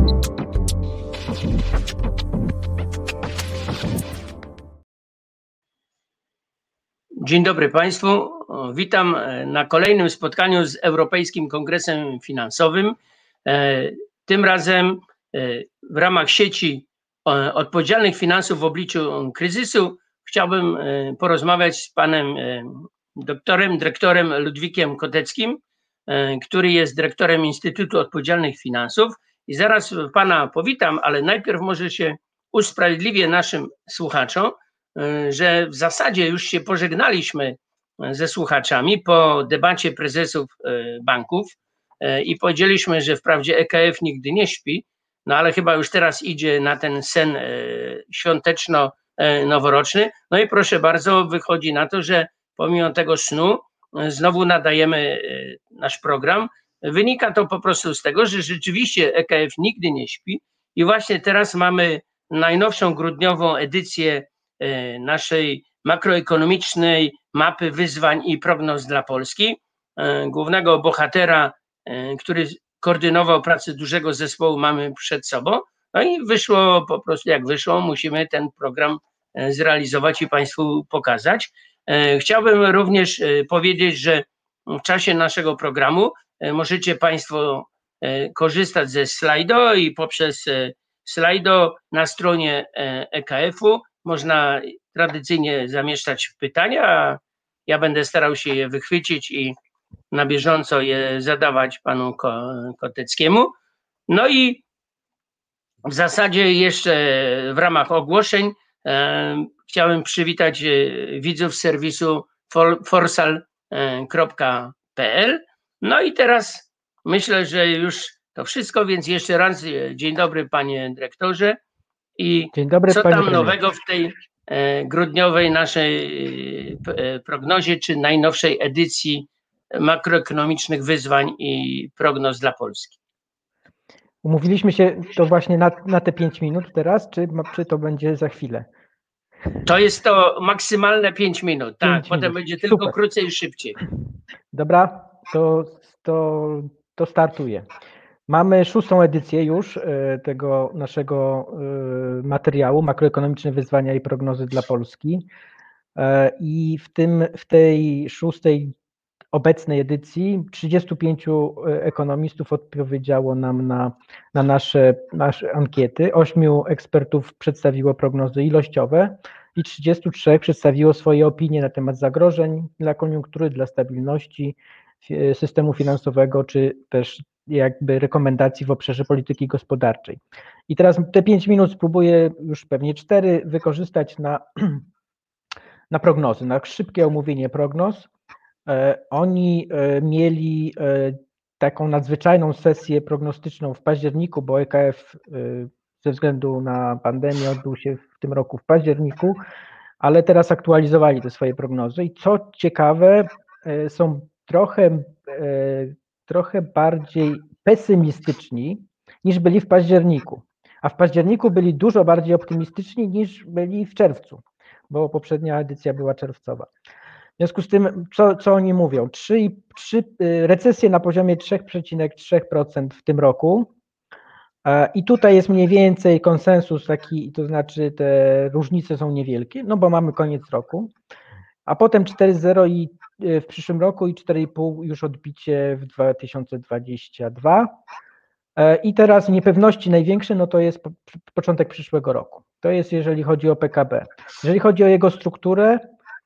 Dzień dobry Państwu. Witam na kolejnym spotkaniu z Europejskim Kongresem Finansowym. Tym razem w ramach sieci odpowiedzialnych finansów w obliczu kryzysu chciałbym porozmawiać z panem dyrektorem Ludwikiem Koteckim, który jest dyrektorem Instytutu Odpowiedzialnych Finansów. I zaraz pana powitam, ale najpierw może się usprawiedliwię naszym słuchaczom, że w zasadzie już się pożegnaliśmy ze słuchaczami po debacie prezesów banków i powiedzieliśmy, że wprawdzie EKF nigdy nie śpi, no ale chyba już teraz idzie na ten sen świąteczno-noworoczny. No i proszę bardzo, wychodzi na to, że pomimo tego snu znowu nadajemy nasz program. Wynika to po prostu z tego, że rzeczywiście EKF nigdy nie śpi i właśnie teraz mamy najnowszą grudniową edycję naszej makroekonomicznej mapy wyzwań i prognoz dla Polski. Głównego bohatera, który koordynował pracę dużego zespołu, mamy przed sobą. No i wyszło po prostu jak wyszło, musimy ten program zrealizować i Państwu pokazać. Chciałbym również powiedzieć, że w czasie naszego programu możecie Państwo korzystać ze Slido i poprzez Slido na stronie EKF-u można tradycyjnie zamieszczać pytania, a ja będę starał się je wychwycić i na bieżąco je zadawać panu Koteckiemu. No i w zasadzie jeszcze w ramach ogłoszeń chciałem przywitać widzów serwisu forsal.pl. No i teraz myślę, że już to wszystko, więc jeszcze raz dzień dobry panie dyrektorze. I dzień dobry, co panie tam premierze. nowego w tej grudniowej naszej prognozie, czy najnowszej edycji makroekonomicznych wyzwań i prognoz dla Polski? Umówiliśmy się to właśnie na te 5 minut teraz, czy to będzie za chwilę? To jest to maksymalne 5 minut, tak, 5 potem minut. będzie tylko Super. krócej i szybciej. Dobra, to startuje. Mamy 6. edycję już tego naszego materiału makroekonomiczne wyzwania i prognozy dla Polski. I w tej 6. obecnej edycji 35 ekonomistów odpowiedziało nam na nasze ankiety. 8 ekspertów przedstawiło prognozy ilościowe i 33 przedstawiło swoje opinie na temat zagrożeń dla koniunktury, dla stabilności systemu finansowego, czy też jakby rekomendacji w obszarze polityki gospodarczej. I teraz te 5 minut spróbuję, już pewnie 4, wykorzystać na prognozy, na szybkie omówienie prognoz. Oni mieli taką nadzwyczajną sesję prognostyczną w październiku, bo EKF ze względu na pandemię odbył się w tym roku w październiku, ale teraz aktualizowali te swoje prognozy i co ciekawe, są trochę bardziej pesymistyczni niż byli w październiku, a w październiku byli dużo bardziej optymistyczni niż byli w czerwcu, bo poprzednia edycja była czerwcowa. W związku z tym, co oni mówią? Recesję na poziomie 3,3% w tym roku i tutaj jest mniej więcej konsensus taki, to znaczy te różnice są niewielkie, no bo mamy koniec roku, a potem 4,0 i w przyszłym roku i 4,5 już odbicie w 2022. I teraz niepewności największe, no to jest początek przyszłego roku. To jest jeżeli chodzi o PKB. Jeżeli chodzi o jego strukturę,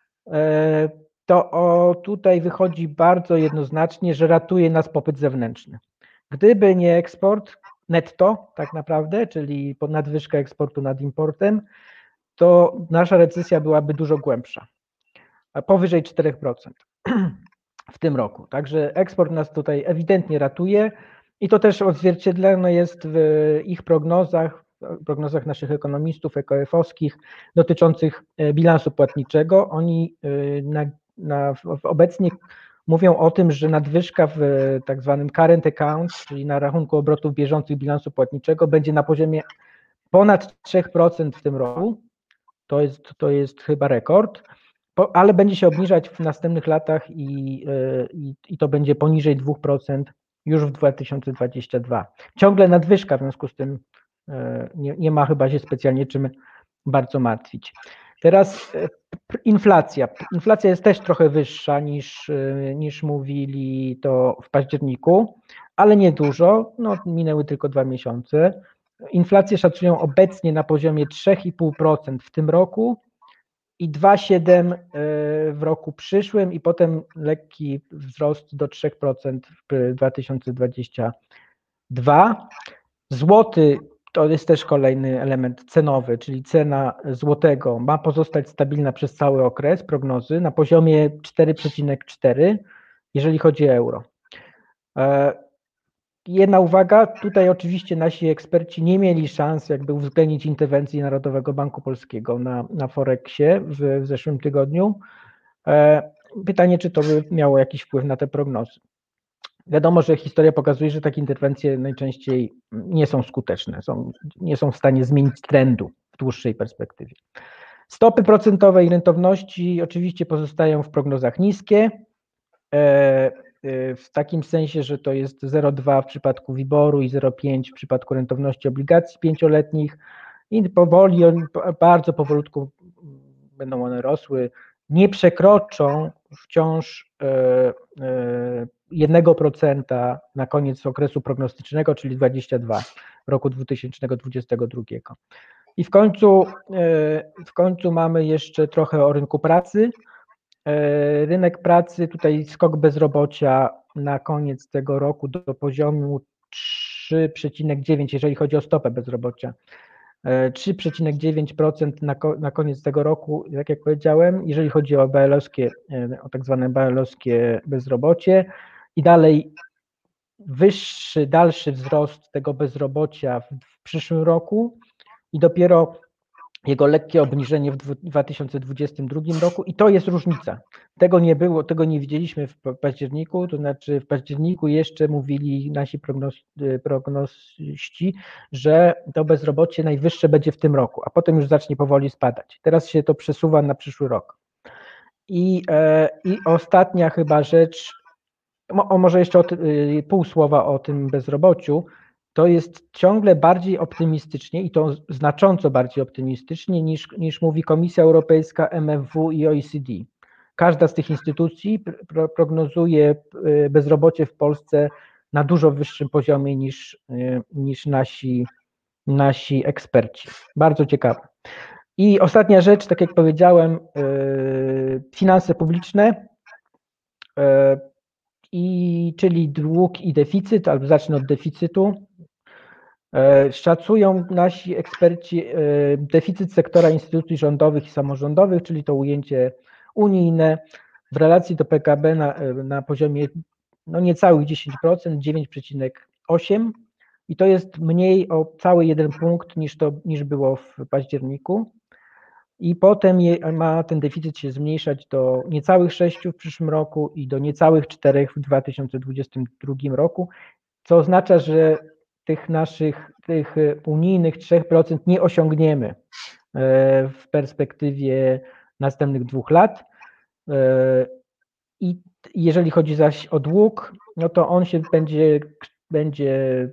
to tutaj wychodzi bardzo jednoznacznie, że ratuje nas popyt zewnętrzny. Gdyby nie eksport netto tak naprawdę, czyli nadwyżka eksportu nad importem, to nasza recesja byłaby dużo głębsza, powyżej 4% w tym roku. Także eksport nas tutaj ewidentnie ratuje i to też odzwierciedlone jest w ich prognozach naszych ekonomistów EKF-owskich dotyczących bilansu płatniczego. Oni obecnie mówią o tym, że nadwyżka w tak zwanym current account, czyli na rachunku obrotów bieżących bilansu płatniczego, będzie na poziomie ponad 3% w tym roku. To jest chyba rekord, ale będzie się obniżać w następnych latach i to będzie poniżej 2% już w 2022. Ciągle nadwyżka, w związku z tym nie ma chyba się specjalnie czym bardzo martwić. Teraz inflacja. Inflacja jest też trochę wyższa niż mówili to w październiku, ale nie dużo, no, minęły tylko 2 miesiące. Inflację szacują obecnie na poziomie 3,5% w tym roku i 2,7% w roku przyszłym i potem lekki wzrost do 3% w 2022. Złoty to jest też kolejny element cenowy, czyli cena złotego ma pozostać stabilna przez cały okres prognozy na poziomie 4,4, jeżeli chodzi o euro. Jedna uwaga, tutaj oczywiście nasi eksperci nie mieli szans jakby uwzględnić interwencji Narodowego Banku Polskiego na Forexie w zeszłym tygodniu. Pytanie, czy to by miało jakiś wpływ na te prognozy. Wiadomo, że historia pokazuje, że takie interwencje najczęściej nie są skuteczne, nie są w stanie zmienić trendu w dłuższej perspektywie. Stopy procentowe i rentowności oczywiście pozostają w prognozach niskie, w takim sensie, że to jest 0,2 w przypadku WIBOR-u i 0,5 w przypadku rentowności obligacji pięcioletnich i powoli, bardzo powolutku będą one rosły, nie przekroczą wciąż 1% na koniec okresu prognostycznego, czyli 22 roku 2022. I w końcu mamy jeszcze trochę o rynku pracy. Rynek pracy, tutaj skok bezrobocia na koniec tego roku do poziomu 3,9, jeżeli chodzi o stopę bezrobocia. 3,9% na koniec tego roku, jak powiedziałem, jeżeli chodzi o o tak zwane BLS-kie bezrobocie i dalej dalszy wzrost tego bezrobocia w przyszłym roku i dopiero jego lekkie obniżenie w 2022 roku i to jest różnica. Tego nie było, tego nie widzieliśmy w październiku, to znaczy w październiku jeszcze mówili nasi prognostyści, że to bezrobocie najwyższe będzie w tym roku, a potem już zacznie powoli spadać. Teraz się to przesuwa na przyszły rok. I ostatnia chyba rzecz, może jeszcze pół słowa o tym bezrobociu. To jest ciągle bardziej optymistycznie i to znacząco bardziej optymistycznie niż mówi Komisja Europejska, MFW i OECD. Każda z tych instytucji prognozuje bezrobocie w Polsce na dużo wyższym poziomie niż nasi eksperci. Bardzo ciekawe. I ostatnia rzecz, tak jak powiedziałem, finanse publiczne, czyli dług i deficyt, albo zacznę od deficytu. Szacują nasi eksperci deficyt sektora instytucji rządowych i samorządowych, czyli to ujęcie unijne w relacji do PKB na poziomie no niecałych 10%, 9,8 i to jest mniej o cały 1 punkt niż było w październiku. I potem ma ten deficyt się zmniejszać do niecałych 6 w przyszłym roku i do niecałych 4 w 2022 roku, co oznacza, że tych unijnych 3% nie osiągniemy w perspektywie następnych 2 lat. I jeżeli chodzi zaś o dług, no to on się będzie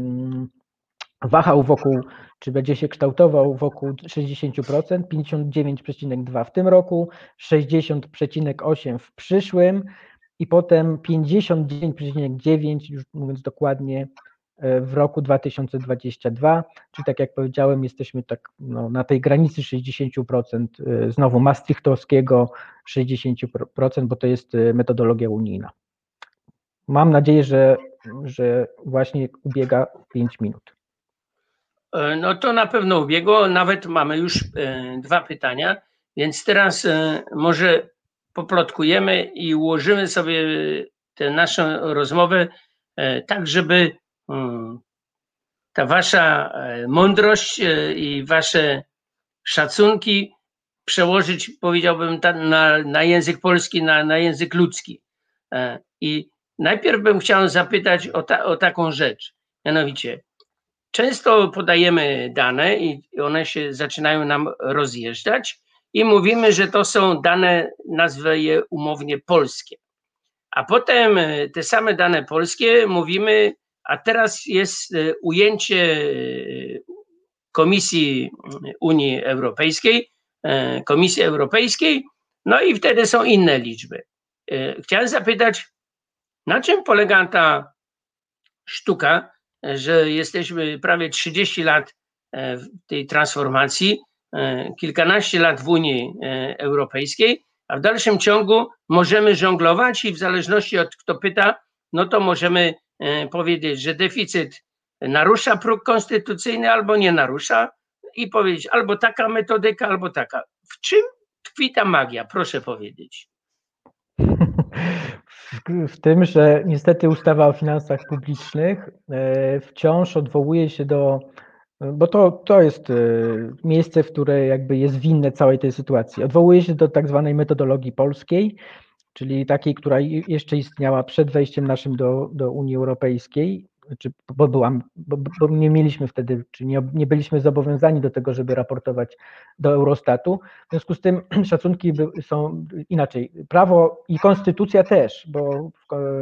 wahał czy będzie się kształtował wokół 60%, 59,2% w tym roku, 60,8% w przyszłym i potem 59,9%, już mówiąc dokładnie, w roku 2022, czyli tak jak powiedziałem, jesteśmy tak na tej granicy 60%, znowu maastrichtowskiego 60%, bo to jest metodologia unijna. Mam nadzieję, że właśnie ubiega 5 minut. No to na pewno ubiegło, nawet mamy już 2 pytania, więc teraz może poplotkujemy i ułożymy sobie tę naszą rozmowę tak, żeby ta wasza mądrość i wasze szacunki przełożyć, powiedziałbym, na język polski, na język ludzki. I najpierw bym chciał zapytać o taką rzecz, mianowicie często podajemy dane i one się zaczynają nam rozjeżdżać i mówimy, że to są dane, nazwę je umownie polskie. a potem te same dane polskie mówimy, a teraz jest ujęcie Komisji Unii Europejskiej, Komisji Europejskiej, no i wtedy są inne liczby. Chciałem zapytać, na czym polega ta sztuka, że jesteśmy prawie 30 lat w tej transformacji, kilkanaście lat w Unii Europejskiej, a w dalszym ciągu możemy żonglować i w zależności od kto pyta, no to możemy powiedzieć, że deficyt narusza próg konstytucyjny albo nie narusza i powiedzieć albo taka metodyka, albo taka. W czym tkwi ta magia? Proszę powiedzieć. W tym, że niestety ustawa o finansach publicznych wciąż odwołuje się do, bo to jest miejsce, w które jakby jest winne całej tej sytuacji. Odwołuje się do tak zwanej metodologii polskiej, czyli takiej, która jeszcze istniała przed wejściem naszym do Unii Europejskiej, bo nie mieliśmy wtedy, czy nie byliśmy zobowiązani do tego, żeby raportować do Eurostatu. W związku z tym szacunki są inaczej. Prawo i konstytucja też, bo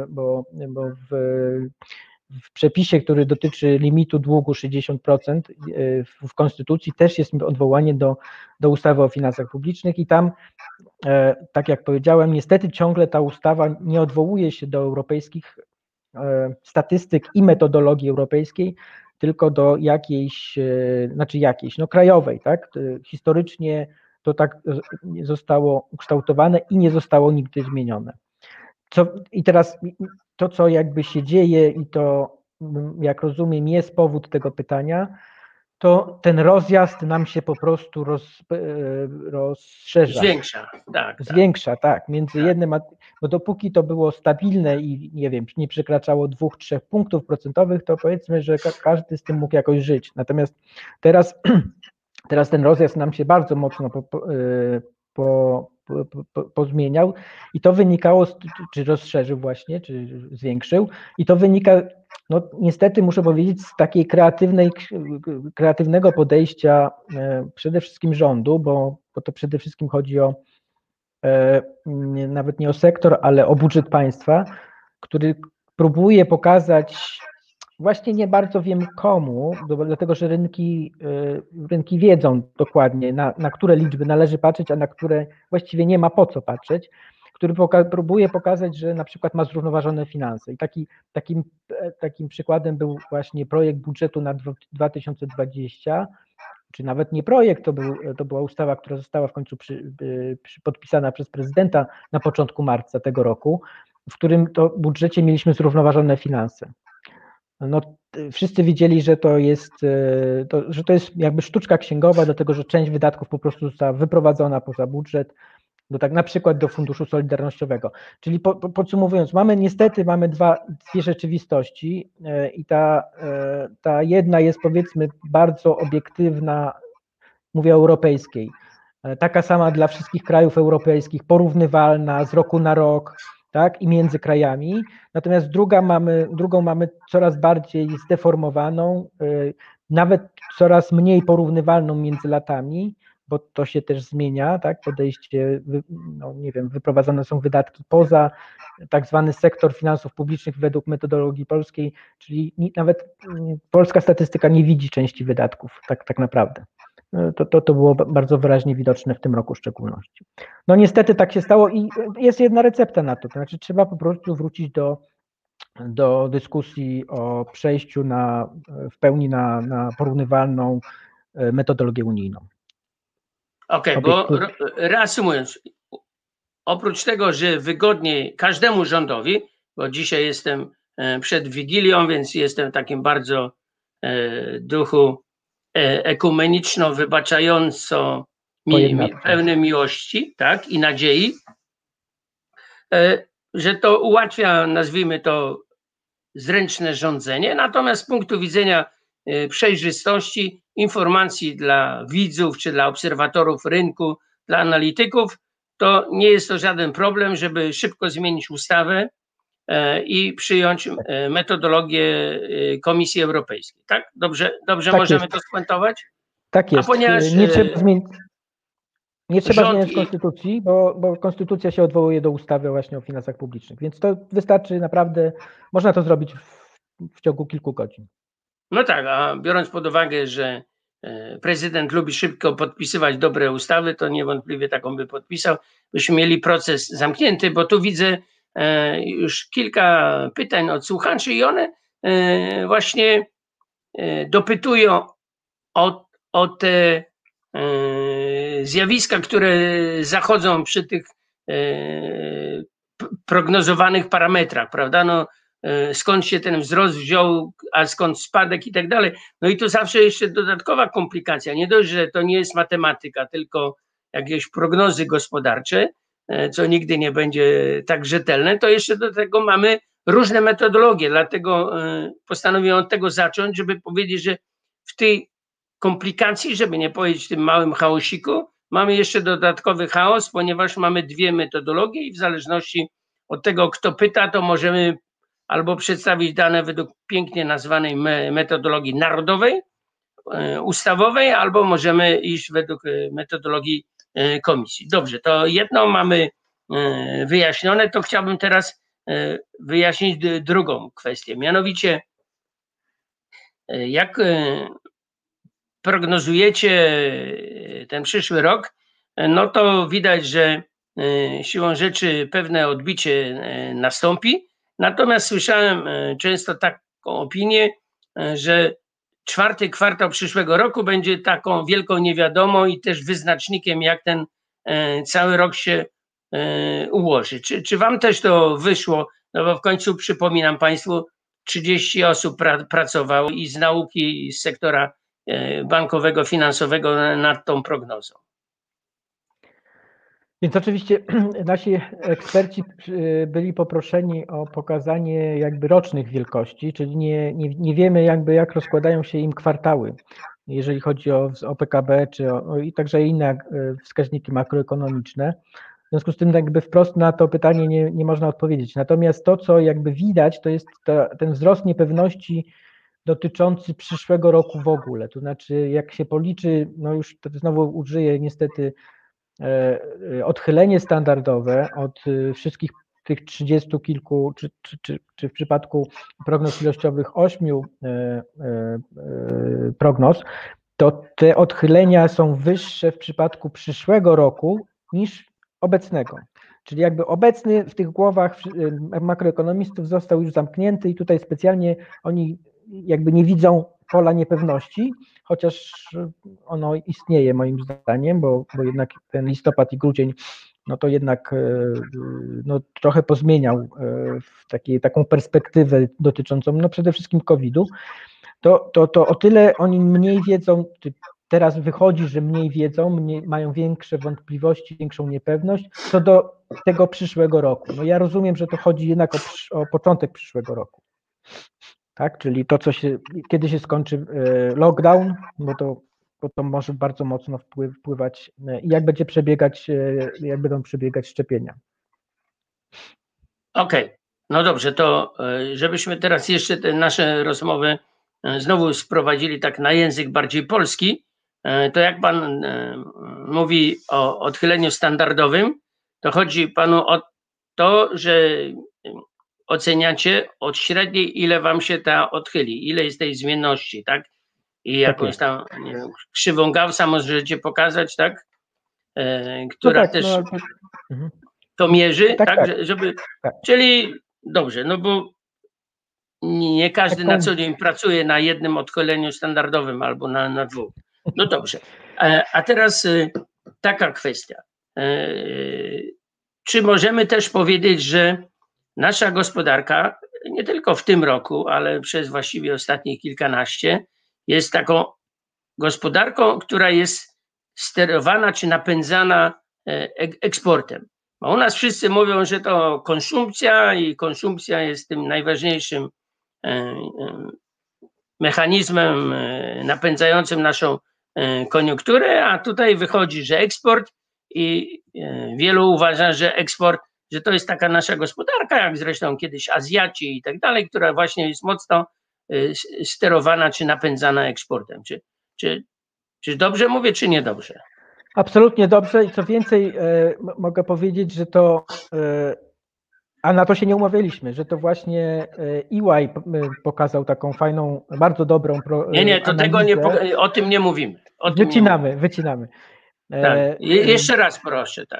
w przepisie, który dotyczy limitu długu 60% w konstytucji też jest odwołanie do ustawy o finansach publicznych i tam, tak jak powiedziałem, niestety ciągle ta ustawa nie odwołuje się do europejskich statystyk i metodologii europejskiej, tylko do jakiejś, krajowej, tak? Historycznie to tak zostało ukształtowane i nie zostało nigdy zmienione. I teraz to, co jakby się dzieje i to, jak rozumiem, jest powód tego pytania, to ten rozjazd nam się po prostu rozszerza. Zwiększa, tak. Między jednym, bo dopóki to było stabilne i nie wiem, nie przekraczało 2-3 punktów procentowych, to powiedzmy, że każdy z tym mógł jakoś żyć. Natomiast teraz ten rozjazd nam się bardzo mocno pozmieniał i to wynikało, czy rozszerzył właśnie, czy zwiększył i to wynika, no niestety muszę powiedzieć, z takiej kreatywnego podejścia przede wszystkim rządu, bo to przede wszystkim chodzi o nawet nie o sektor, ale o budżet państwa, który próbuje pokazać, właśnie nie bardzo wiem komu, dlatego że rynki wiedzą dokładnie, na które liczby należy patrzeć, a na które właściwie nie ma po co patrzeć, który próbuje pokazać, że na przykład ma zrównoważone finanse. I takim przykładem był właśnie projekt budżetu na 2020, czy nawet nie projekt, to była ustawa, która została w końcu podpisana przez prezydenta na początku marca tego roku, w którym to budżecie mieliśmy zrównoważone finanse. No, wszyscy widzieli, że to jest jakby sztuczka księgowa, dlatego że część wydatków po prostu została wyprowadzona poza budżet, tak na przykład do Funduszu Solidarnościowego. Czyli podsumowując, niestety mamy dwie rzeczywistości i ta jedna jest powiedzmy bardzo obiektywna, mówię o europejskiej, taka sama dla wszystkich krajów europejskich, porównywalna z roku na rok, tak, i między krajami, natomiast drugą mamy coraz bardziej zdeformowaną, nawet coraz mniej porównywalną między latami, bo to się też zmienia, tak, podejście, no nie wiem, wyprowadzone są wydatki poza tak zwany sektor finansów publicznych według metodologii polskiej, czyli nawet polska statystyka nie widzi części wydatków, tak naprawdę. To było bardzo wyraźnie widoczne w tym roku w szczególności. No niestety tak się stało i jest jedna recepta na to, znaczy trzeba po prostu wrócić do dyskusji o przejściu w pełni na porównywalną metodologię unijną. Okej, bo reasumując, oprócz tego, że wygodniej każdemu rządowi, bo dzisiaj jestem przed Wigilią, więc jestem w takim bardzo duchu ekumeniczno-wybaczająco pełny miłości, tak, i nadziei, że to ułatwia, nazwijmy to, zręczne rządzenie, natomiast z punktu widzenia przejrzystości informacji dla widzów czy dla obserwatorów rynku, dla analityków, to nie jest to żaden problem, żeby szybko zmienić ustawę i przyjąć metodologię Komisji Europejskiej. Tak? Dobrze tak możemy jest. to spuentować? Tak jest. Nie trzeba zmienić. Nie trzeba rząd zmieniać konstytucji, bo konstytucja się odwołuje do ustawy właśnie o finansach publicznych, więc to wystarczy naprawdę, można to zrobić w ciągu kilku godzin. No tak, a biorąc pod uwagę, że prezydent lubi szybko podpisywać dobre ustawy, to niewątpliwie taką by podpisał, byśmy mieli proces zamknięty, bo tu widzę już kilka pytań od słuchaczy i one właśnie dopytują o te zjawiska, które zachodzą przy tych prognozowanych parametrach, prawda? No, skąd się ten wzrost wziął, a skąd spadek i tak dalej. No i tu zawsze jeszcze dodatkowa komplikacja. Nie dość, że to nie jest matematyka, tylko jakieś prognozy gospodarcze, co nigdy nie będzie tak rzetelne, to jeszcze do tego mamy różne metodologie. Dlatego postanowiłem od tego zacząć, żeby powiedzieć, że w tej komplikacji, żeby nie powiedzieć w tym małym chaosiku, mamy jeszcze dodatkowy chaos, ponieważ mamy dwie metodologie i w zależności od tego, kto pyta, to możemy albo przedstawić dane według pięknie nazwanej metodologii narodowej, ustawowej, albo możemy iść według metodologii komisji. Dobrze, to jedno mamy wyjaśnione, to chciałbym teraz wyjaśnić drugą kwestię. Mianowicie, jak prognozujecie ten przyszły rok, no to widać, że siłą rzeczy pewne odbicie nastąpi. Natomiast słyszałem często taką opinię, że czwarty kwartał przyszłego roku będzie taką wielką niewiadomą i też wyznacznikiem, jak ten cały rok się ułoży. Czy wam też to wyszło? No bo w końcu przypominam Państwu, 30 osób pracowało i z nauki, i z sektora bankowego, finansowego nad tą prognozą. Więc oczywiście nasi eksperci byli poproszeni o pokazanie jakby rocznych wielkości, czyli nie wiemy jakby jak rozkładają się im kwartały, jeżeli chodzi o PKB czy i także inne wskaźniki makroekonomiczne. W związku z tym jakby wprost na to pytanie nie można odpowiedzieć. Natomiast to, co jakby widać, to jest ten wzrost niepewności dotyczący przyszłego roku w ogóle. To znaczy, jak się policzy, no już to znowu użyję niestety odchylenie standardowe od wszystkich tych 30 kilku, czy w przypadku prognoz ilościowych 8 prognoz, to te odchylenia są wyższe w przypadku przyszłego roku niż obecnego. Czyli jakby obecny w tych głowach makroekonomistów został już zamknięty i tutaj specjalnie oni jakby nie widzą pola niepewności, chociaż ono istnieje moim zdaniem, bo jednak ten listopad i grudzień, no to jednak no, trochę pozmieniał taką perspektywę dotyczącą no przede wszystkim COVID-u, to o tyle oni mniej wiedzą, teraz wychodzi, że mniej wiedzą, mają większe wątpliwości, większą niepewność co do tego przyszłego roku. No ja rozumiem, że to chodzi jednak o początek przyszłego roku. Tak, czyli to, kiedy się skończy lockdown, bo to może bardzo mocno wpływać i jak będą przebiegać szczepienia. Okej, no dobrze, to żebyśmy teraz jeszcze te nasze rozmowy znowu sprowadzili tak na język bardziej polski, to jak pan mówi o odchyleniu standardowym, to chodzi panu o to, że oceniacie od średniej, ile wam się ta odchyli, ile jest tej zmienności, tak? I jakąś tam nie wiem, krzywą Gaussa możecie pokazać, tak? Która no tak, też to mierzy, tak? Żeby, tak. Czyli dobrze, no bo nie każdy na co dzień pracuje na jednym odchyleniu standardowym albo na dwóch. No dobrze. A teraz taka kwestia. Czy możemy też powiedzieć, że nasza gospodarka, nie tylko w tym roku, ale przez właściwie ostatnie kilkanaście, jest taką gospodarką, która jest sterowana czy napędzana eksportem. Bo u nas wszyscy mówią, że to konsumpcja i konsumpcja jest tym najważniejszym mechanizmem napędzającym naszą koniunkturę, a tutaj wychodzi, że eksport i wielu uważa, że eksport, że to jest taka nasza gospodarka, jak zresztą kiedyś Azjaci i tak dalej, która właśnie jest mocno sterowana czy napędzana eksportem. Czy dobrze mówię, czy niedobrze? Absolutnie dobrze i co więcej, mogę powiedzieć, że to, a na to się nie umawialiśmy, że to właśnie EY pokazał taką fajną, bardzo dobrą Nie, to tego analizę. o tym nie mówimy. Wycinamy. Tak. Jeszcze raz proszę, tak.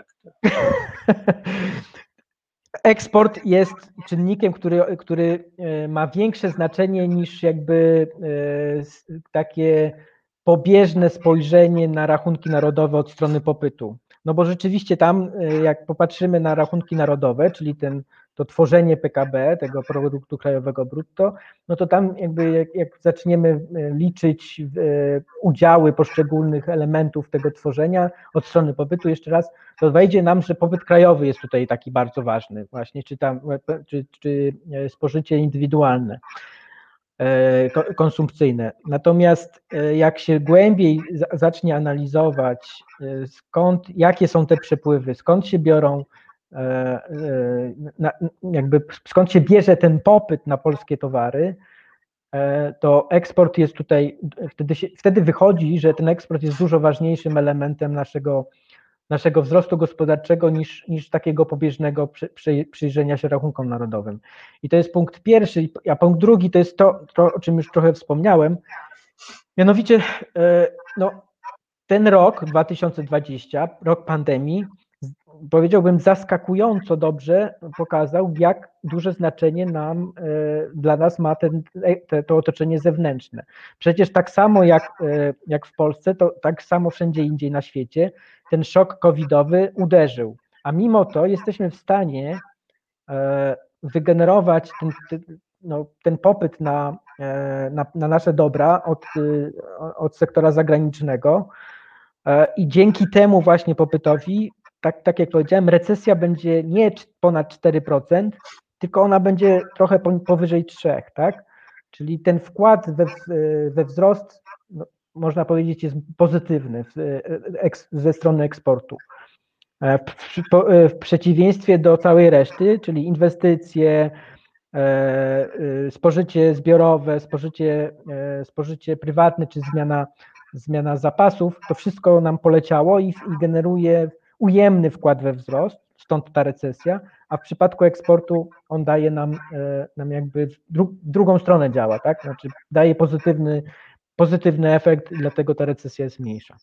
Eksport jest czynnikiem, który ma większe znaczenie niż jakby takie pobieżne spojrzenie na rachunki narodowe od strony popytu. No bo rzeczywiście tam, jak popatrzymy na rachunki narodowe, czyli to tworzenie PKB, tego produktu krajowego brutto, no to tam jakby jak zaczniemy liczyć udziały poszczególnych elementów tego tworzenia od strony popytu, jeszcze raz, to wejdzie nam, że popyt krajowy jest tutaj taki bardzo ważny właśnie, czy spożycie indywidualne, konsumpcyjne. Natomiast jak się głębiej zacznie analizować, jakie są te przepływy, skąd się biorą, skąd się bierze ten popyt na polskie towary, to eksport jest tutaj, wtedy wychodzi, że ten eksport jest dużo ważniejszym elementem naszego wzrostu gospodarczego niż takiego pobieżnego przyjrzenia się rachunkom narodowym. I to jest punkt pierwszy, a punkt drugi to jest to, o czym już trochę wspomniałem, mianowicie ten rok 2020, rok pandemii, powiedziałbym zaskakująco dobrze pokazał, jak duże znaczenie dla nas ma to otoczenie zewnętrzne. Przecież tak samo jak w Polsce, to tak samo wszędzie indziej na świecie ten szok covidowy uderzył, a mimo to jesteśmy w stanie wygenerować ten popyt na nasze dobra od sektora zagranicznego i dzięki temu właśnie popytowi, tak jak powiedziałem, recesja będzie nie ponad 4%, tylko ona będzie trochę powyżej 3%, tak? Czyli ten wkład we wzrost, można powiedzieć, jest pozytywny ze strony eksportu. W przeciwieństwie do całej reszty, czyli inwestycje, spożycie zbiorowe, spożycie prywatne czy zmiana zapasów, to wszystko nam poleciało i generuje ujemny wkład we wzrost, stąd ta recesja, a w przypadku eksportu on daje nam jakby drugą stronę działa, tak? Znaczy daje pozytywny efekt, dlatego ta recesja jest mniejsza.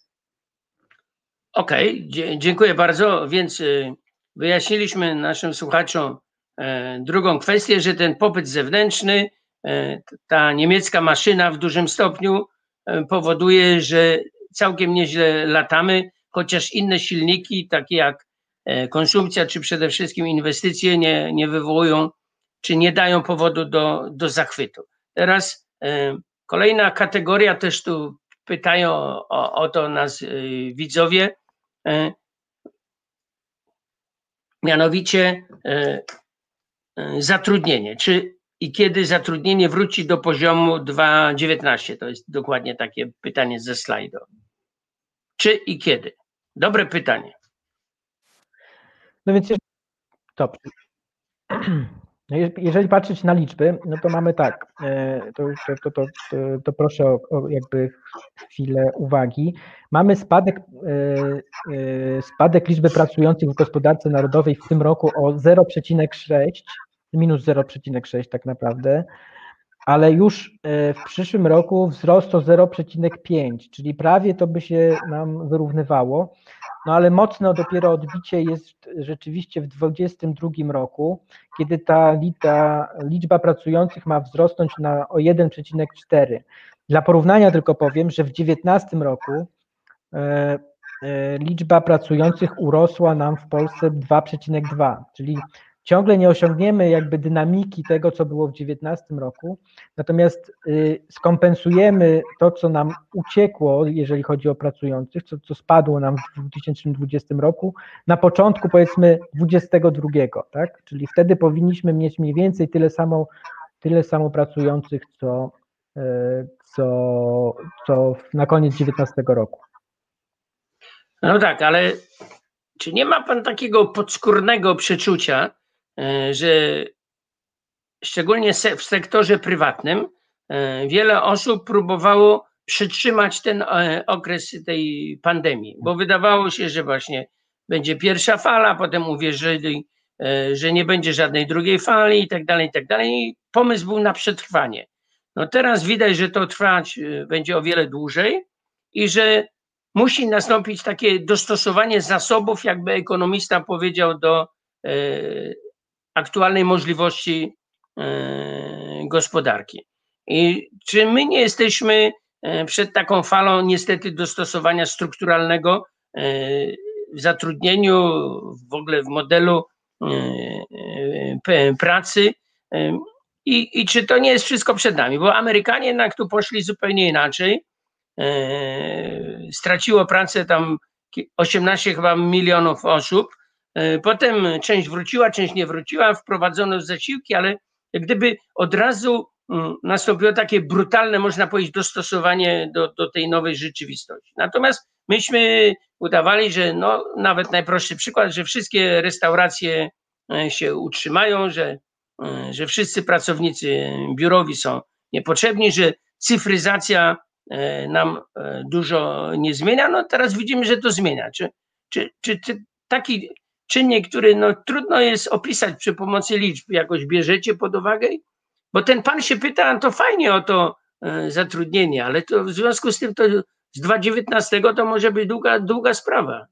Okej, dziękuję bardzo. Więc wyjaśniliśmy naszym słuchaczom drugą kwestię, że ten popyt zewnętrzny, ta niemiecka maszyna w dużym stopniu powoduje, że całkiem nieźle latamy, chociaż inne silniki, takie jak konsumpcja, czy przede wszystkim inwestycje nie wywołują, czy nie dają powodu do zachwytu. Teraz kolejna kategoria, też tu pytają o to nas widzowie, mianowicie zatrudnienie. Czy i kiedy zatrudnienie wróci do poziomu 2019? To jest dokładnie takie pytanie ze slajdu. Czy i kiedy? Dobre pytanie. No więc dobrze. Jeżeli patrzeć na liczby, no to mamy tak, to proszę o jakby chwilę uwagi. Mamy spadek liczby pracujących w gospodarce narodowej w tym roku o 0,6, minus 0,6 tak naprawdę, ale już w przyszłym roku wzrost o 0,5, czyli prawie to by się nam wyrównywało. No ale mocno dopiero odbicie jest rzeczywiście w 2022 roku, kiedy ta liczba pracujących ma wzrosnąć o 1,4. Dla porównania tylko powiem, że w 2019 roku liczba pracujących urosła nam w Polsce 2,2, czyli ciągle nie osiągniemy jakby dynamiki tego, co było w 2019 roku, natomiast skompensujemy to, co nam uciekło, jeżeli chodzi o pracujących, co spadło nam w 2020 roku, na początku powiedzmy 2022, tak? Czyli wtedy powinniśmy mieć mniej więcej tyle samo pracujących, co na koniec 2019 roku. No tak, ale czy nie ma pan takiego podskórnego przeczucia, że szczególnie w sektorze prywatnym wiele osób próbowało przytrzymać ten okres tej pandemii, bo wydawało się, że właśnie będzie pierwsza fala, potem uwierzyli, że nie będzie żadnej drugiej fali i tak dalej, i tak dalej. I pomysł był na przetrwanie. No teraz widać, że to trwać będzie o wiele dłużej i że musi nastąpić takie dostosowanie zasobów, jakby ekonomista powiedział, do aktualnej możliwości gospodarki. I czy my nie jesteśmy przed taką falą niestety dostosowania strukturalnego w zatrudnieniu, w ogóle w modelu pracy i czy to nie jest wszystko przed nami, bo Amerykanie jednak tu poszli zupełnie inaczej. Straciło pracę tam 18 chyba milionów osób, potem część wróciła, część nie wróciła, wprowadzono zasiłki, ale jak gdyby od razu nastąpiło takie brutalne, można powiedzieć, dostosowanie do tej nowej rzeczywistości. Natomiast myśmy udawali, że no, nawet najprostszy przykład, że wszystkie restauracje się utrzymają, że wszyscy pracownicy biurowi są niepotrzebni, że cyfryzacja nam dużo nie zmienia. No teraz widzimy, że to zmienia. Czy taki czynnik, który no, trudno jest opisać przy pomocy liczb, jakoś bierzecie pod uwagę? Bo ten pan się pyta, to fajnie o to zatrudnienie, ale to w związku z tym to z 2019 to może być długa sprawa.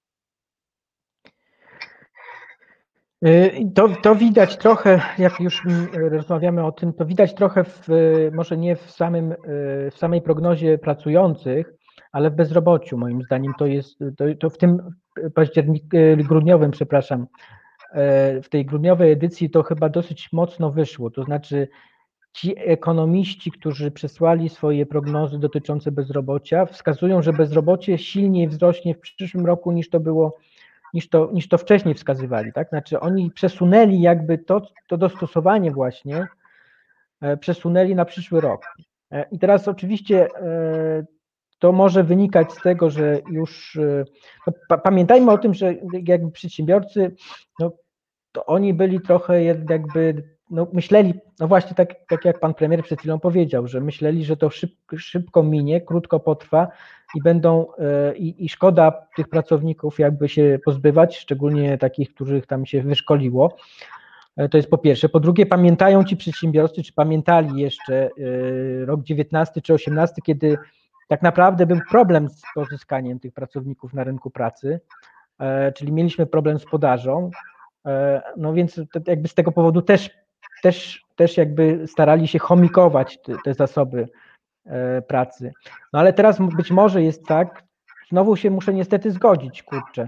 To widać trochę, jak już rozmawiamy o tym, to widać trochę może nie w samej prognozie pracujących, ale w bezrobociu moim zdaniem to w tym grudniowym, przepraszam, w tej grudniowej edycji to chyba dosyć mocno wyszło, to znaczy ci ekonomiści, którzy przesłali swoje prognozy dotyczące bezrobocia, wskazują, że bezrobocie silniej wzrośnie w przyszłym roku niż to wcześniej wskazywali, tak? Znaczy oni przesunęli jakby to dostosowanie właśnie, przesunęli na przyszły rok. I teraz oczywiście to może wynikać z tego, że już, no, pamiętajmy o tym, że jakby przedsiębiorcy, no, to oni byli trochę jakby, no myśleli, no właśnie tak jak pan premier przed chwilą powiedział, że myśleli, że to szybko minie, krótko potrwa i będą, i szkoda tych pracowników jakby się pozbywać, szczególnie takich, których tam się wyszkoliło. To jest po pierwsze. Po drugie, pamiętają ci przedsiębiorcy, czy pamiętali jeszcze rok 19 czy 18, kiedy tak naprawdę był problem z pozyskaniem tych pracowników na rynku pracy, czyli mieliśmy problem z podażą, no więc jakby z tego powodu też jakby starali się chomikować te zasoby pracy. No ale teraz być może jest tak, znowu się muszę niestety zgodzić, kurczę,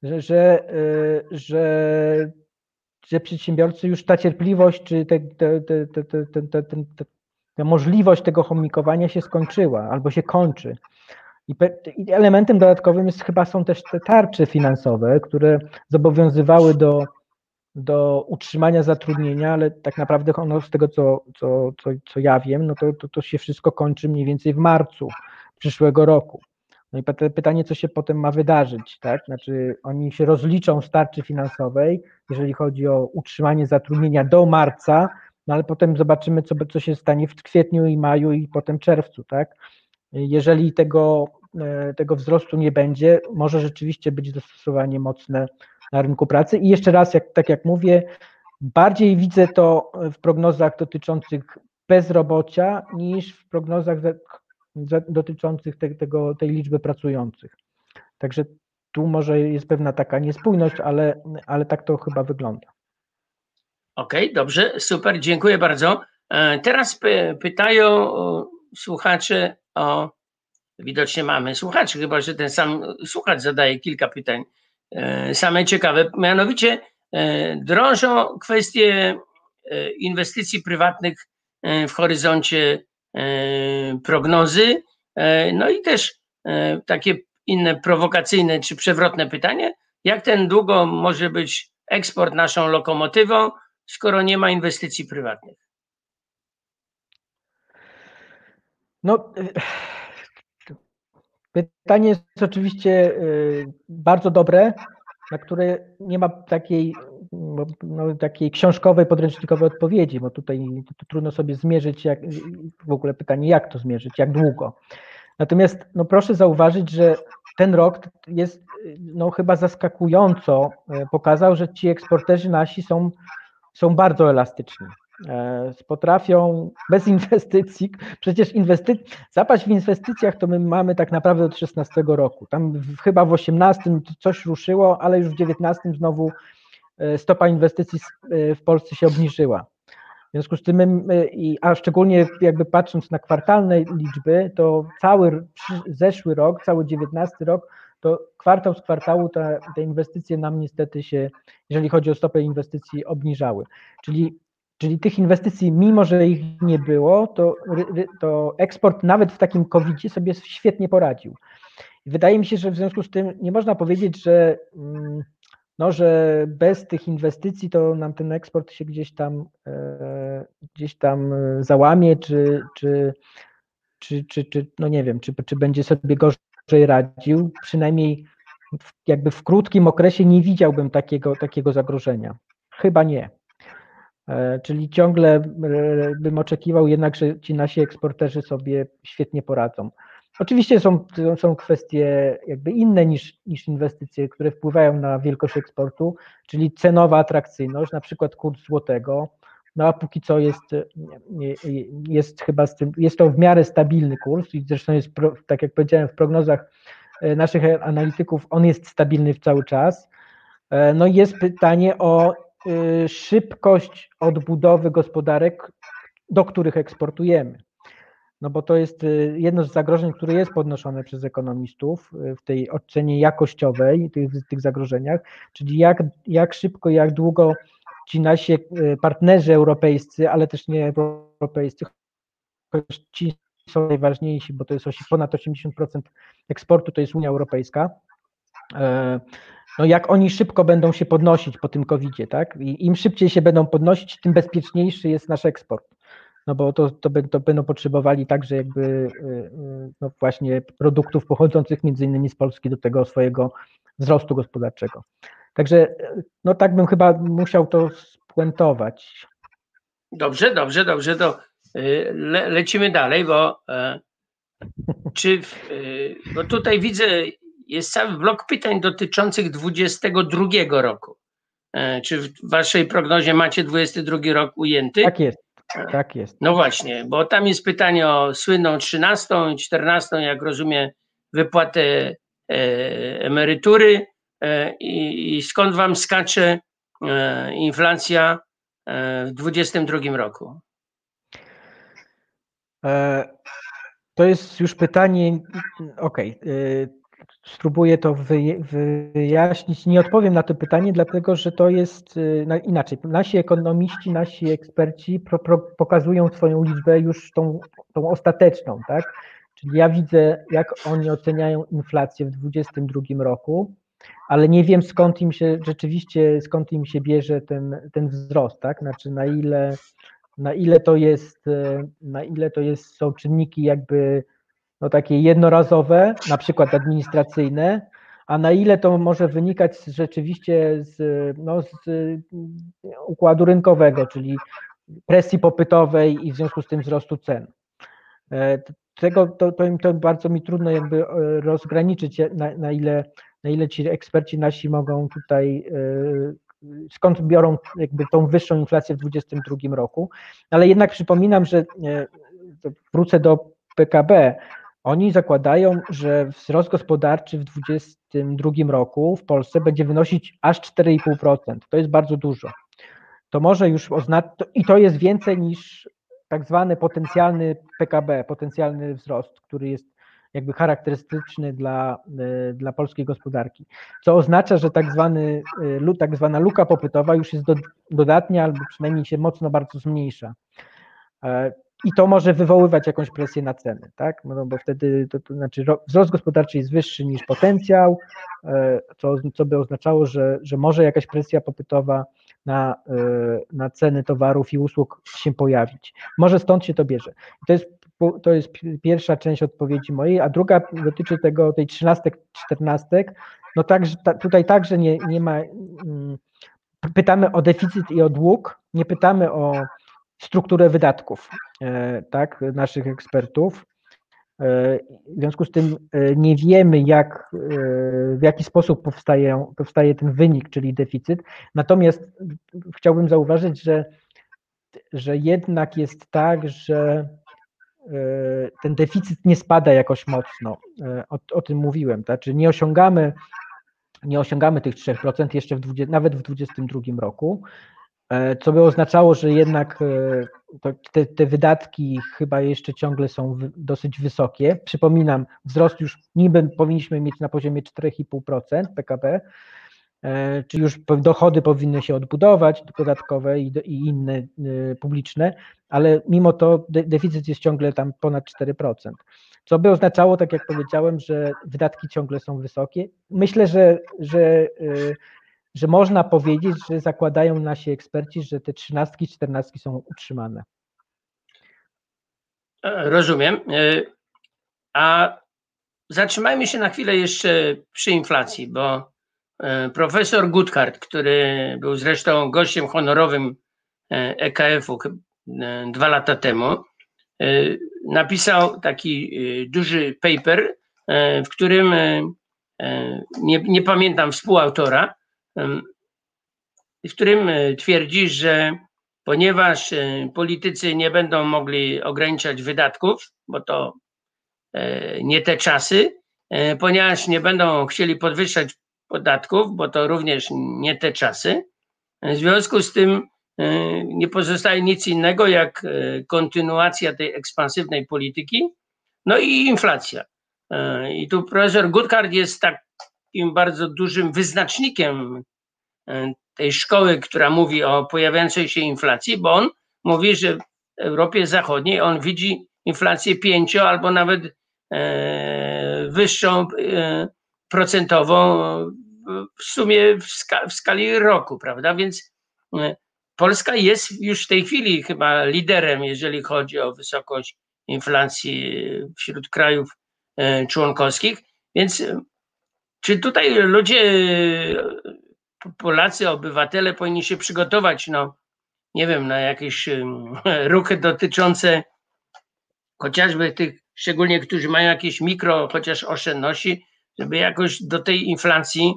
że przedsiębiorcy już ta cierpliwość, czy ta możliwość tego chomikowania się skończyła albo się kończy. I elementem dodatkowym są też te tarcze finansowe, które zobowiązywały do utrzymania zatrudnienia, ale tak naprawdę ono z tego, co ja wiem, no to się wszystko kończy mniej więcej w marcu przyszłego roku. No i pytanie, co się potem ma wydarzyć, tak? Znaczy oni się rozliczą z tarczy finansowej, jeżeli chodzi o utrzymanie zatrudnienia do marca, no ale potem zobaczymy, co się stanie w kwietniu i maju i potem czerwcu, tak? Jeżeli tego wzrostu nie będzie, może rzeczywiście być dostosowanie mocne na rynku pracy. I jeszcze raz, tak jak mówię, bardziej widzę to w prognozach dotyczących bezrobocia niż w prognozach dotyczących tej liczby pracujących. Także tu może jest pewna taka niespójność, ale tak to chyba wygląda. Okej, dobrze, super, dziękuję bardzo. Teraz pytają słuchacze widocznie mamy słuchaczy, chyba że ten sam słuchacz zadaje kilka pytań, same ciekawe, mianowicie drążą kwestie inwestycji prywatnych w horyzoncie prognozy, no i też takie inne prowokacyjne czy przewrotne pytanie, jak długo może być eksport naszą lokomotywą, skoro nie ma inwestycji prywatnych? No, pytanie jest oczywiście bardzo dobre, na które nie ma takiej książkowej, podręcznikowej odpowiedzi, bo tutaj trudno sobie zmierzyć, w ogóle pytanie, jak to zmierzyć, jak długo. Natomiast no proszę zauważyć, że ten rok jest no chyba zaskakująco pokazał, że ci eksporterzy nasi są bardzo elastyczni. Potrafią bez inwestycji, przecież zapaść w inwestycjach to my mamy tak naprawdę od 16 roku. Tam chyba w 18 coś ruszyło, ale już w 19 znowu stopa inwestycji w Polsce się obniżyła. W związku z tym, a szczególnie jakby patrząc na kwartalne liczby, to cały zeszły rok, cały 19 rok, to kwartał z kwartału te inwestycje nam niestety się, jeżeli chodzi o stopę inwestycji, obniżały. Czyli tych inwestycji, mimo że ich nie było, to eksport nawet w takim COVID-zie sobie świetnie poradził. I wydaje mi się, że w związku z tym nie można powiedzieć, że bez tych inwestycji to nam ten eksport się gdzieś tam załamie, czy no nie wiem, czy będzie sobie gorzej radził. Przynajmniej jakby w krótkim okresie nie widziałbym takiego zagrożenia. Chyba nie. Czyli ciągle bym oczekiwał jednak, że ci nasi eksporterzy sobie świetnie poradzą. Oczywiście są kwestie jakby inne niż inwestycje, które wpływają na wielkość eksportu, czyli cenowa atrakcyjność, na przykład kurs złotego, no a póki co jest chyba jest to w miarę stabilny kurs i zresztą jest, tak jak powiedziałem, w prognozach naszych analityków, on jest stabilny cały czas. No i jest pytanie o szybkość odbudowy gospodarek, do których eksportujemy. No bo to jest jedno z zagrożeń, które jest podnoszone przez ekonomistów w tej ocenie jakościowej, tych zagrożeniach, czyli jak szybko, jak długo ci nasi partnerzy europejscy, ale też nie europejscy, chociaż ci są najważniejsi, bo to jest ponad 80% eksportu, to jest Unia Europejska, no jak oni szybko będą się podnosić po tym COVID-zie, tak? I im szybciej się będą podnosić, tym bezpieczniejszy jest nasz eksport. No bo to będą potrzebowali także jakby no właśnie produktów pochodzących między innymi z Polski do tego swojego wzrostu gospodarczego. Także no tak bym chyba musiał to spuentować. Dobrze, to lecimy dalej, bo bo tutaj widzę, jest cały blok pytań dotyczących 22 roku. Czy w waszej prognozie macie 22 rok ujęty? Tak jest. No właśnie, bo tam jest pytanie o słynną 13. i 14., jak rozumiem, wypłatę emerytury i skąd wam skacze inflacja w 22 roku? To jest już pytanie, spróbuję to wyjaśnić. Nie odpowiem na to pytanie, dlatego że to jest inaczej. Nasi ekonomiści, nasi eksperci pokazują swoją liczbę już tą ostateczną, tak? Czyli ja widzę, jak oni oceniają inflację w 2022 roku, ale nie wiem skąd im się bierze ten wzrost, tak? Znaczy na ile to są czynniki jakby no takie jednorazowe, na przykład administracyjne, a na ile to może wynikać rzeczywiście z układu rynkowego, czyli presji popytowej i w związku z tym wzrostu cen. To bardzo mi trudno jakby rozgraniczyć, na ile ci eksperci nasi mogą tutaj, skąd biorą jakby tą wyższą inflację w 2022 roku, ale jednak przypominam, że wrócę do PKB. Oni zakładają, że wzrost gospodarczy w 2022 roku w Polsce będzie wynosić aż 4,5%. To jest bardzo dużo. To może już i to jest więcej niż tak zwany potencjalny PKB, potencjalny wzrost, który jest jakby charakterystyczny dla polskiej gospodarki. Co oznacza, że tak zwana luka popytowa już jest dodatnia albo przynajmniej się mocno bardzo zmniejsza. I to może wywoływać jakąś presję na ceny, tak? No bo wtedy to znaczy wzrost gospodarczy jest wyższy niż potencjał, co by oznaczało, że może jakaś presja popytowa na ceny towarów i usług się pojawić. Może stąd się to bierze. To jest pierwsza część odpowiedzi mojej, a druga dotyczy tej 13, 14. No tutaj także nie ma. Pytamy o deficyt i o dług, nie pytamy o strukturę wydatków, tak, naszych ekspertów. W związku z tym nie wiemy, w jaki sposób powstaje ten wynik, czyli deficyt. Natomiast chciałbym zauważyć, że jednak jest tak, że ten deficyt nie spada jakoś mocno. O tym mówiłem, tak? Czyli nie osiągamy tych 3% jeszcze nawet w 2022 roku, co by oznaczało, że jednak te wydatki chyba jeszcze ciągle są dosyć wysokie. Przypominam, wzrost już niby powinniśmy mieć na poziomie 4,5% PKB, czyli już dochody powinny się odbudować, podatkowe i inne publiczne, ale mimo to deficyt jest ciągle tam ponad 4%. Co by oznaczało, tak jak powiedziałem, że wydatki ciągle są wysokie. Myślę, że można powiedzieć, że zakładają nasi eksperci, że te 13, 14 są utrzymane. Rozumiem. A zatrzymajmy się na chwilę jeszcze przy inflacji, bo profesor Guthart, który był zresztą gościem honorowym EKF-u 2 lata temu, napisał taki duży paper, w którym nie pamiętam współautora, w którym twierdzi, że ponieważ politycy nie będą mogli ograniczać wydatków, bo to nie te czasy, ponieważ nie będą chcieli podwyższać podatków, bo to również nie te czasy, w związku z tym nie pozostaje nic innego jak kontynuacja tej ekspansywnej polityki, no i inflacja. I tu profesor Guthart jest takim bardzo dużym wyznacznikiem tej szkoły, która mówi o pojawiającej się inflacji, bo on mówi, że w Europie Zachodniej on widzi inflację 5 albo nawet wyższą procentową w sumie w skali roku, prawda? Więc Polska jest już w tej chwili chyba liderem, jeżeli chodzi o wysokość inflacji wśród krajów członkowskich, więc czy tutaj ludzie, Polacy, obywatele powinni się przygotować, no nie wiem, na jakieś ruchy dotyczące chociażby tych, szczególnie którzy mają jakieś chociaż oszczędności, żeby jakoś do tej inflacji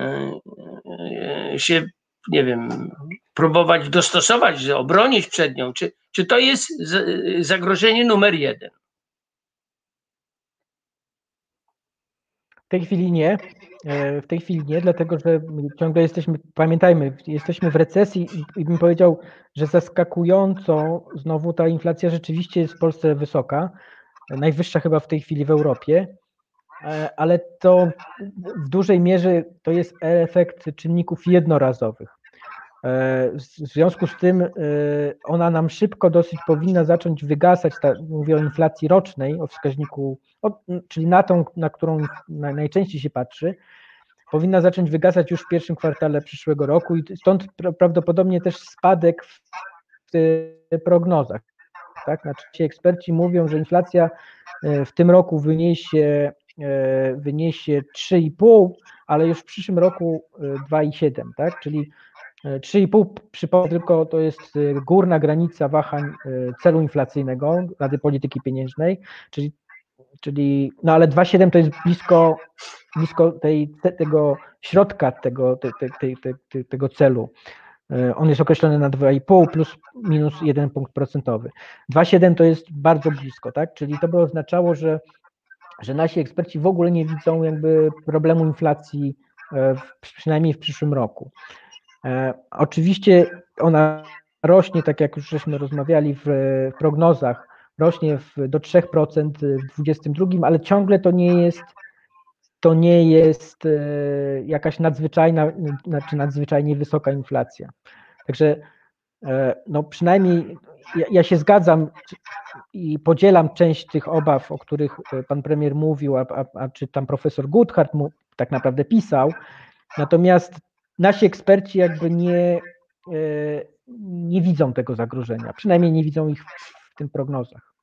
się, nie wiem, próbować dostosować, obronić przed nią. Czy to jest zagrożenie numer 1? W tej chwili nie. W tej chwili nie, dlatego że ciągle pamiętajmy, jesteśmy w recesji i bym powiedział, że zaskakująco znowu ta inflacja rzeczywiście jest w Polsce wysoka, najwyższa chyba w tej chwili w Europie, ale to w dużej mierze to jest efekt czynników jednorazowych. W związku z tym ona nam szybko dosyć powinna zacząć wygasać, mówię o inflacji rocznej, o wskaźniku, czyli na tą, na którą najczęściej się patrzy, powinna zacząć wygasać już w pierwszym kwartale przyszłego roku i stąd prawdopodobnie też spadek w prognozach. Tak? Znaczy ci eksperci mówią, że inflacja w tym roku wyniesie 3,5, ale już w przyszłym roku 2,7, tak? Czyli 3,5, przypomnę tylko, to jest górna granica wahań celu inflacyjnego Rady Polityki Pieniężnej, czyli no ale 2,7 to jest blisko tego środka tego celu. On jest określony na 2,5 plus minus 1 punkt procentowy. 2,7 to jest bardzo blisko, tak? Czyli to by oznaczało, że nasi eksperci w ogóle nie widzą jakby problemu inflacji przynajmniej w przyszłym roku. Oczywiście ona rośnie, tak jak już żeśmy rozmawiali w prognozach, rośnie do 3% w 2022, ale ciągle to nie jest jakaś nadzwyczajnie wysoka inflacja. Także no przynajmniej ja się zgadzam i podzielam część tych obaw, o których pan premier mówił, a czy tam profesor Guthart mu tak naprawdę pisał, natomiast nasi eksperci jakby nie widzą tego zagrożenia, przynajmniej nie widzą ich w tym prognozach.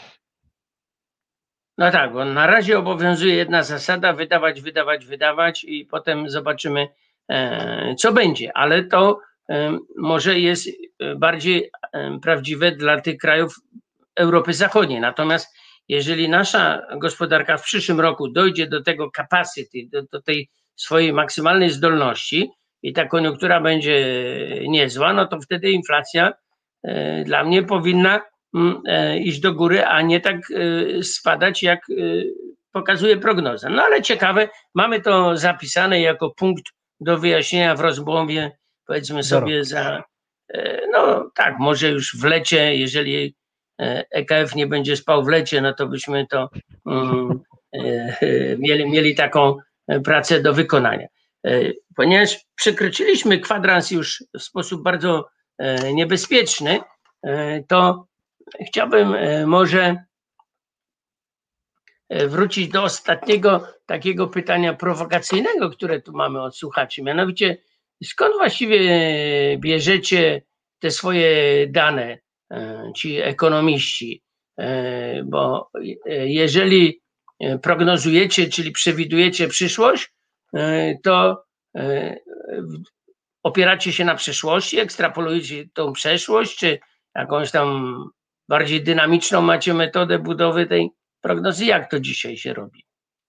No tak, bo na razie obowiązuje jedna zasada: wydawać i potem zobaczymy, co będzie, ale to może jest bardziej prawdziwe dla tych krajów Europy Zachodniej. Natomiast jeżeli nasza gospodarka w przyszłym roku dojdzie do tego capacity, do tej swojej maksymalnej zdolności i ta koniunktura będzie niezła, no to wtedy inflacja dla mnie powinna iść do góry, a nie tak spadać, jak pokazuje prognoza. No ale ciekawe, mamy to zapisane jako punkt do wyjaśnienia w rozmowie, powiedzmy sobie no tak, może już w lecie, jeżeli EKF nie będzie spał w lecie, no to byśmy to mieli taką pracę do wykonania. Ponieważ przekroczyliśmy kwadrans już w sposób bardzo niebezpieczny, to chciałbym może wrócić do ostatniego takiego pytania prowokacyjnego, które tu mamy od słuchaczy. Mianowicie, skąd właściwie bierzecie te swoje dane, ci ekonomiści? Bo jeżeli prognozujecie, czyli przewidujecie przyszłość, to opieracie się na przeszłości, ekstrapolujecie tą przeszłość, czy jakąś tam bardziej dynamiczną macie metodę budowy tej prognozy? Jak to dzisiaj się robi?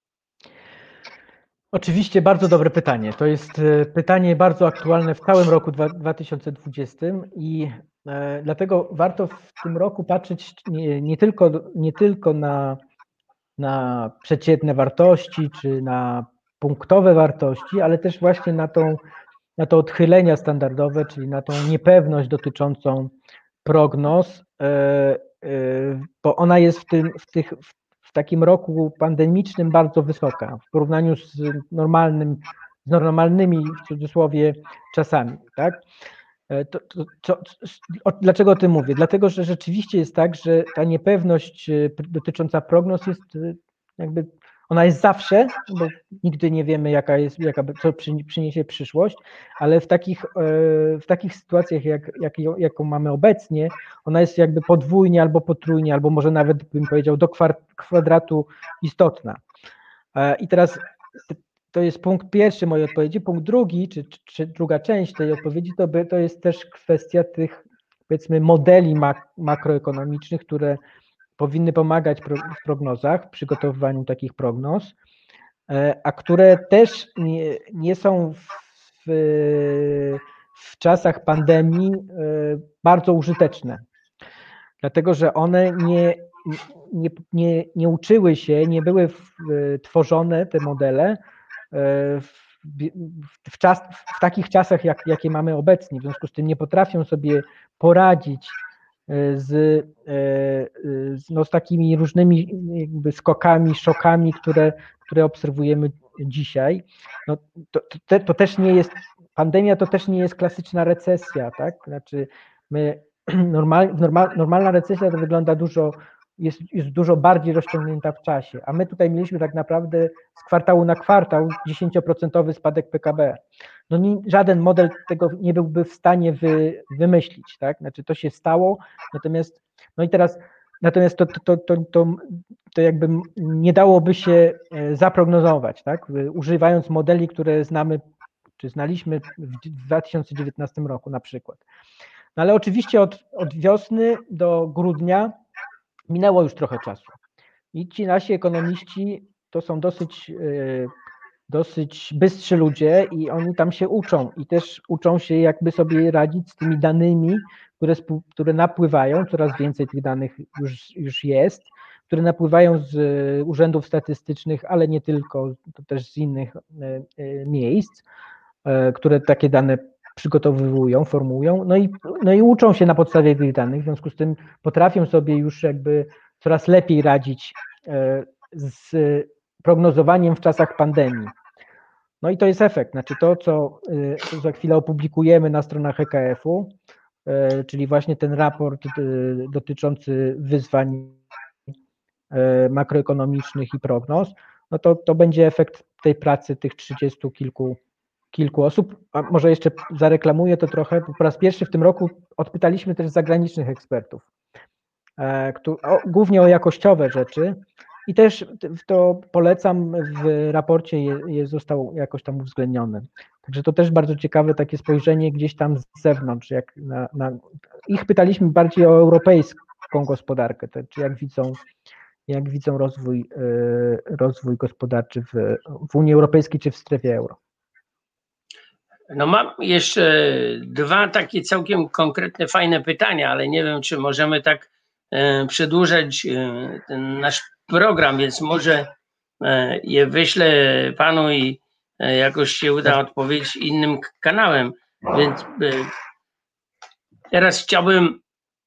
Oczywiście bardzo dobre pytanie. To jest pytanie bardzo aktualne w całym roku 2020 i dlatego warto w tym roku patrzeć nie tylko na przeciętne wartości czy na punktowe wartości, ale też właśnie na to odchylenia standardowe, czyli na tą niepewność dotyczącą prognoz, bo ona jest w takim roku pandemicznym bardzo wysoka w porównaniu z normalnymi w cudzysłowie czasami, tak? Dlaczego o tym mówię? Dlatego, że rzeczywiście jest tak, że ta niepewność dotycząca prognoz jest jakby, ona jest zawsze, bo nigdy nie wiemy, co przyniesie przyszłość, ale w takich sytuacjach, jaką mamy obecnie, ona jest jakby podwójnie albo potrójnie, albo może nawet bym powiedział do kwadratu istotna. I teraz to jest punkt pierwszy mojej odpowiedzi. Punkt drugi, czy druga część tej odpowiedzi, to jest też kwestia tych, powiedzmy, modeli makroekonomicznych, które powinny pomagać w prognozach, w przygotowywaniu takich prognoz, a które też nie są w czasach pandemii bardzo użyteczne, dlatego że one nie uczyły się, nie były tworzone, te modele, w takich czasach, jakie mamy obecnie. W związku z tym nie potrafią sobie poradzić z takimi różnymi jakby skokami, szokami, które obserwujemy dzisiaj. No, to też nie jest, pandemia to też nie jest klasyczna recesja, tak? Znaczy normalna recesja to wygląda jest dużo bardziej rozciągnięta w czasie, a my tutaj mieliśmy tak naprawdę z kwartału na kwartał 10% spadek PKB. No żaden model tego nie byłby w stanie wymyślić, tak? Znaczy to się stało, natomiast to jakby nie dałoby się zaprognozować, tak? Używając modeli, które znamy, czy znaliśmy w 2019 roku na przykład. No ale oczywiście od wiosny do grudnia minęło już trochę czasu i ci nasi ekonomiści to są dosyć bystrzy ludzie i oni tam się uczą i też uczą się jakby sobie radzić z tymi danymi, które napływają, coraz więcej tych danych już jest, które napływają z urzędów statystycznych, ale nie tylko, to też z innych miejsc, które takie dane przygotowują, formułują, no i uczą się na podstawie tych danych, w związku z tym potrafią sobie już jakby coraz lepiej radzić z prognozowaniem w czasach pandemii. No i to jest efekt, znaczy to, co za chwilę opublikujemy na stronach EKF-u, czyli właśnie ten raport dotyczący wyzwań makroekonomicznych i prognoz, no to będzie efekt tej pracy tych 30 kilku osób. A może jeszcze zareklamuję to trochę, po raz pierwszy w tym roku odpytaliśmy też zagranicznych ekspertów, głównie o jakościowe rzeczy i też to polecam, w raporcie został jakoś tam uwzględniony. Także to też bardzo ciekawe takie spojrzenie gdzieś tam z zewnątrz. Ich pytaliśmy bardziej o europejską gospodarkę, czy jak jak widzą rozwój gospodarczy w Unii Europejskiej czy w strefie euro. No mam jeszcze dwa takie całkiem konkretne, fajne pytania, ale nie wiem, czy możemy tak przedłużać ten nasz program, więc może je wyślę panu i jakoś się uda odpowiedzieć innym kanałem. Więc teraz chciałbym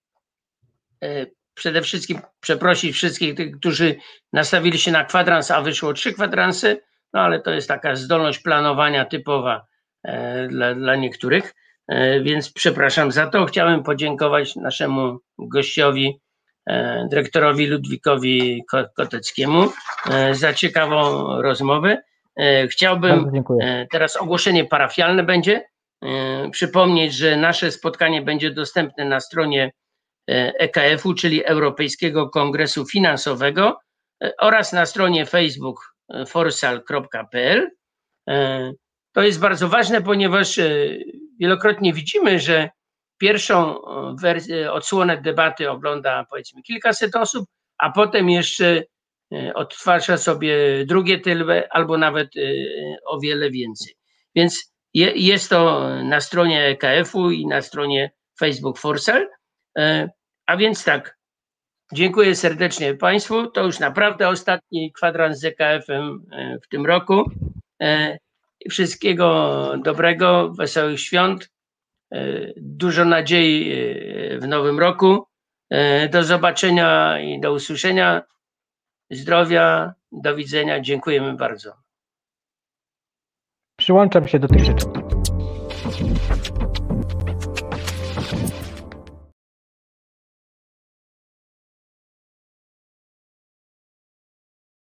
przede wszystkim przeprosić wszystkich tych, którzy nastawili się na kwadrans, a wyszło 3 kwadranse, no ale to jest taka zdolność planowania typowa dla niektórych, więc przepraszam za to. Chciałem podziękować naszemu gościowi, dyrektorowi Ludwikowi Koteckiemu za ciekawą rozmowę. Chciałbym, teraz ogłoszenie parafialne będzie, przypomnieć, że nasze spotkanie będzie dostępne na stronie EKF-u, czyli Europejskiego Kongresu Finansowego, oraz na stronie Facebook forsal.pl. To jest bardzo ważne, ponieważ wielokrotnie widzimy, że pierwszą odsłonę debaty ogląda powiedzmy kilkaset osób, a potem jeszcze odtwarza sobie drugie tyle albo nawet o wiele więcej. Więc jest to na stronie EKF-u i na stronie Facebook Forsal. A więc tak, dziękuję serdecznie Państwu. To już naprawdę ostatni kwadrans z EKF-em w tym roku. Wszystkiego dobrego, wesołych świąt, dużo nadziei w nowym roku. Do zobaczenia i do usłyszenia. Zdrowia, do widzenia. Dziękujemy bardzo. Przyłączam się do tych życzeń.